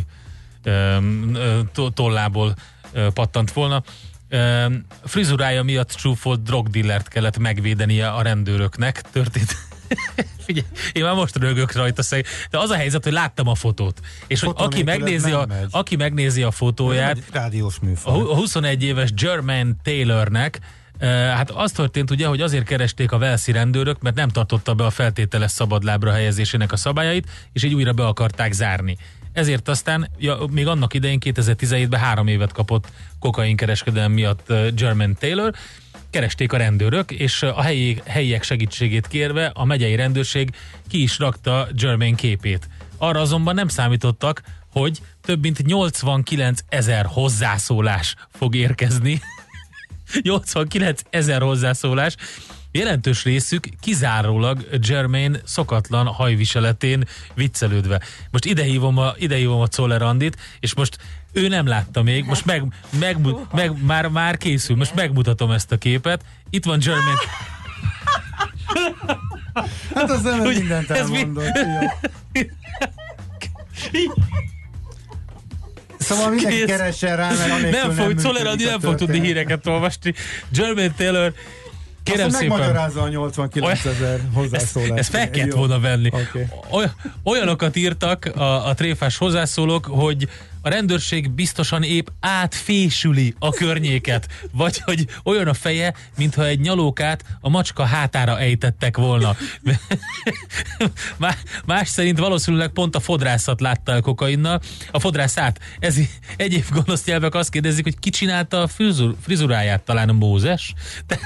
tollából pattant volna. Frizurája miatt csúfolt drogdillert kellett megvédenie a rendőröknek. Történt. Figyelj, én már most rögök rajta szeg. De az a helyzet, hogy láttam a fotót. És hogy aki megnézi, a, aki megnézi a fotóját, rádiós műfaj. A huszonegy éves Jermaine Taylornek, hát az történt ugye, hogy azért keresték a walesi rendőrök, mert nem tartotta be a feltételes szabadlábra helyezésének a szabályait, és így újra be akarták zárni. Ezért aztán, ja, még annak idején kétezer-tizenhétben három évet kapott kokainkereskedelem miatt Jermaine Taylor. Keresték a rendőrök, és a helyi, helyiek segítségét kérve a megyei rendőrség ki is rakta Jermaine képét. Arra azonban nem számítottak, hogy több mint nyolcvankilenc ezer hozzászólás fog érkezni. nyolcvankilenc ezer hozzászólás, jelentős részük kizárólag Jermaine szokatlan hajviseletén viccelődve. Most idehívom a, idehívom a Czoller Andit, és most ő nem látta még, most meg, meg, meg már, már készül, most megmutatom ezt a képet. Itt van Jermaine. Hát az nem mindent elmondott. Szóval mindenki keressen rá, mert anélkül nem nem fog, Czoller Andi nem fog tudni híreket olvasni. Jermaine Taylor, kérem szépen. Megmagyarázza a nyolcvankilenc ezer hozzászólást. Ezt, ezt fel kellett volna venni. Okay. Oly, olyanokat írtak a, a tréfás hozzászólók, hogy a rendőrség biztosan épp átfésüli a környéket, vagy hogy olyan a feje, mintha egy nyalókát a macska hátára ejtettek volna. Más szerint valószínűleg pont a fodrászat látta el kokainnal. A fodrászát. Ez egyéb gonosz nyelvek azt kérdezik, hogy ki csinálta a frizur, frizuráját, talán a Mózes? De,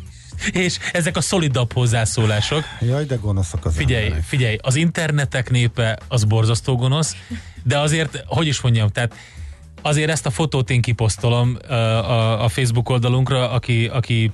és ezek a szolidabb hozzászólások. Jaj, de gonoszak az Figyelj, emberek. figyelj, az internetek népe az borzasztó gonosz, de azért, hogy is mondjam, tehát azért ezt a fotót én kiposztolom a, a, a Facebook oldalunkra, aki, aki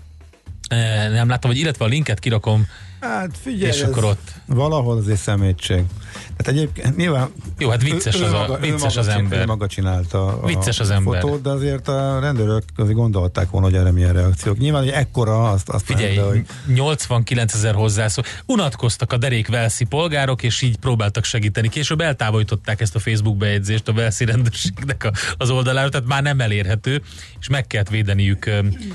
nem látta, vagy illetve a linket kirakom. Hát figyelj, és akkor ott valahol azért szemétség. Tehát egyébként nyilván jó, hát vicces, ő, az, ő a, maga, vicces ő az maga, ember. Ő maga csinálta a, vicces az a ember. fotót, de azért a rendőrök azért gondolták volna, hogy erre milyen reakciók. Nyilván, hogy ekkora azt, azt figyelj, nem, de, hogy nyolcvankilenc ezer hozzászól. Unatkoztak a derék walesi polgárok, és így próbáltak segíteni. Később eltávolították ezt a Facebook bejegyzést a walesi rendőrségnek a, az oldalára, tehát már nem elérhető, és meg kellett védeniük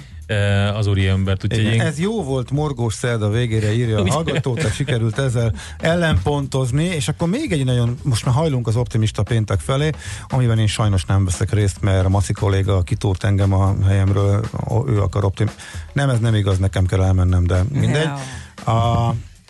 az úriembert. Én... Ez jó volt, morgós szerda végére írja a hallgató, tehát sikerült ezzel ellenpontozni, és akkor még egy nagyon, most már hajlunk az optimista péntek felé, amiben én sajnos nem veszek részt, mert a Maci kolléga kitúrt engem a helyemről, ő akar optim. Nem, ez nem igaz, nekem kell elmennem, de mindegy. A,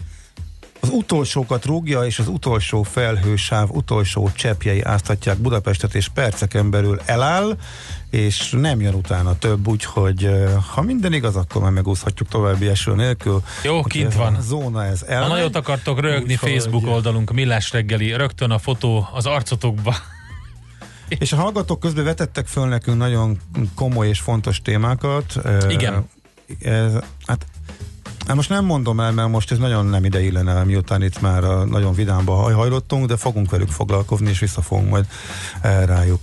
az utolsókat rúgja, és az utolsó felhősáv utolsó cseppjei áztatják Budapestet, és perceken belül eláll, és nem jön utána több, úgyhogy ha minden igaz, akkor már megúszhatjuk további eső nélkül. Jó, kint van. A zóna ez el. Ha nagyot akartok rögni, Facebook hogy... oldalunk, Millás reggeli, rögtön a fotó az arcotokba. És a hallgatók közben vetettek föl nekünk nagyon komoly és fontos témákat. Igen. Ez, hát Hát most nem mondom el, mert most ez nagyon nem ide illene, miután itt már nagyon vidámba hajhajlottunk, de fogunk velük foglalkozni, és vissza fogunk majd rájuk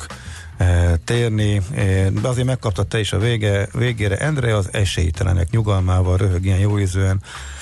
térni. De azért megkaptad te is a vége, végére, Endre, az esélytelenek nyugalmával röhög ilyen jóízűen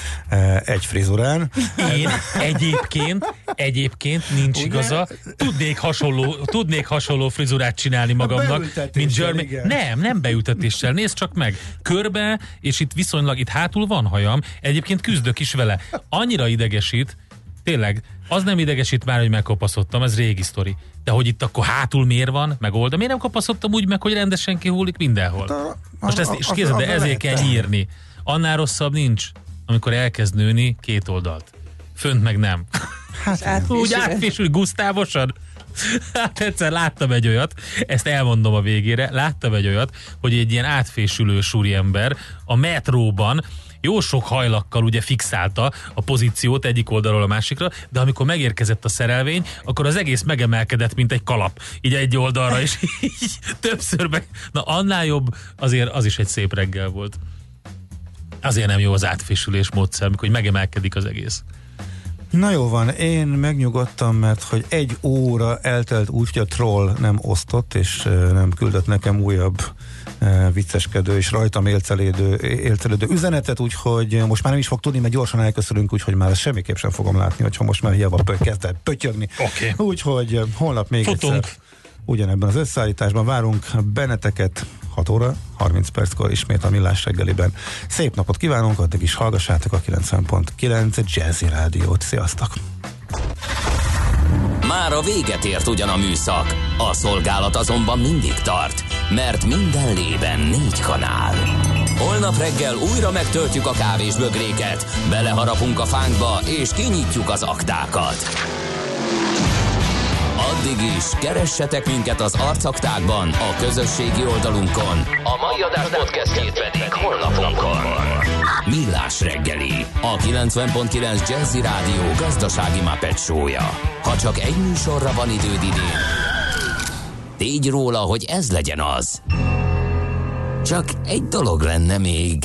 egy frizurán. Én egyébként, egyébként nincs ugye? Igaza. Tudnék hasonló, tudnék hasonló frizurát csinálni magamnak, mint Jermaine. Nem, nem beültetéssel. Nézd csak meg. Körbe, és itt viszonylag, itt hátul van hajam. Egyébként küzdök is vele. Annyira idegesít, tényleg, az nem idegesít már, hogy megkopaszodtam, ez régi sztori. De hogy itt akkor hátul miért van, megoldom. Miért nem kopaszodtam úgy meg, hogy rendesen kihullik mindenhol? Most ezt is kézzel, de ezért kell nyírni. Annál rosszabb nincs, amikor elkezd nőni két oldalt. Fönt meg nem. Hát úgy átfésül gusztávosan. Hát egyszer láttam egy olyat, ezt elmondom a végére, láttam egy olyat, hogy egy ilyen átfésülő úriember a metróban, jó sok hajlakkal ugye fixálta a pozíciót egyik oldalról a másikra, de amikor megérkezett a szerelvény, akkor az egész megemelkedett, mint egy kalap, így egy oldalra, és így többször meg... Na annál jobb, azért az is egy szép reggel volt. Azért nem jó az átfésülés módszer, amikor megemelkedik az egész. Na jó van, én megnyugodtam, mert hogy egy óra eltelt úgy, hogy a troll nem osztott, és nem küldött nekem újabb vicceskedő és rajtam élcelődő, élcelődő üzenetet, úgyhogy most már nem is fog tudni, mert gyorsan elköszönünk, úgyhogy már ezt semmiképp sem fogom látni, hogyha most már hiába kezd el pötyögni. Okay. Úgyhogy holnap még Futunk. egyszer ugyanebben az összeállításban várunk benneteket hat óra, harminc perckor ismét a Millás reggeliben. Szép napot kívánunk, addig is hallgassátok a kilencven pont kilenc Jazzy Rádiót. Sziasztok! Már a véget ért ugyan a műszak, a szolgálat azonban mindig tart, mert minden lében négy kanál. Holnap reggel újra megtöltjük a kávésbögréket, beleharapunk a fánkba és kinyitjuk az aktákat. Addig is keressetek minket az arcaktákban, a közösségi oldalunkon. A mai adás podcastjét pedig honlapunkon. Millás reggeli, a kilencven pont kilenc Jazzy Rádió gazdasági Muppet show-ja. Ha csak egy műsorra van időd idén, tégy róla, hogy ez legyen az. Csak egy dolog lenne még.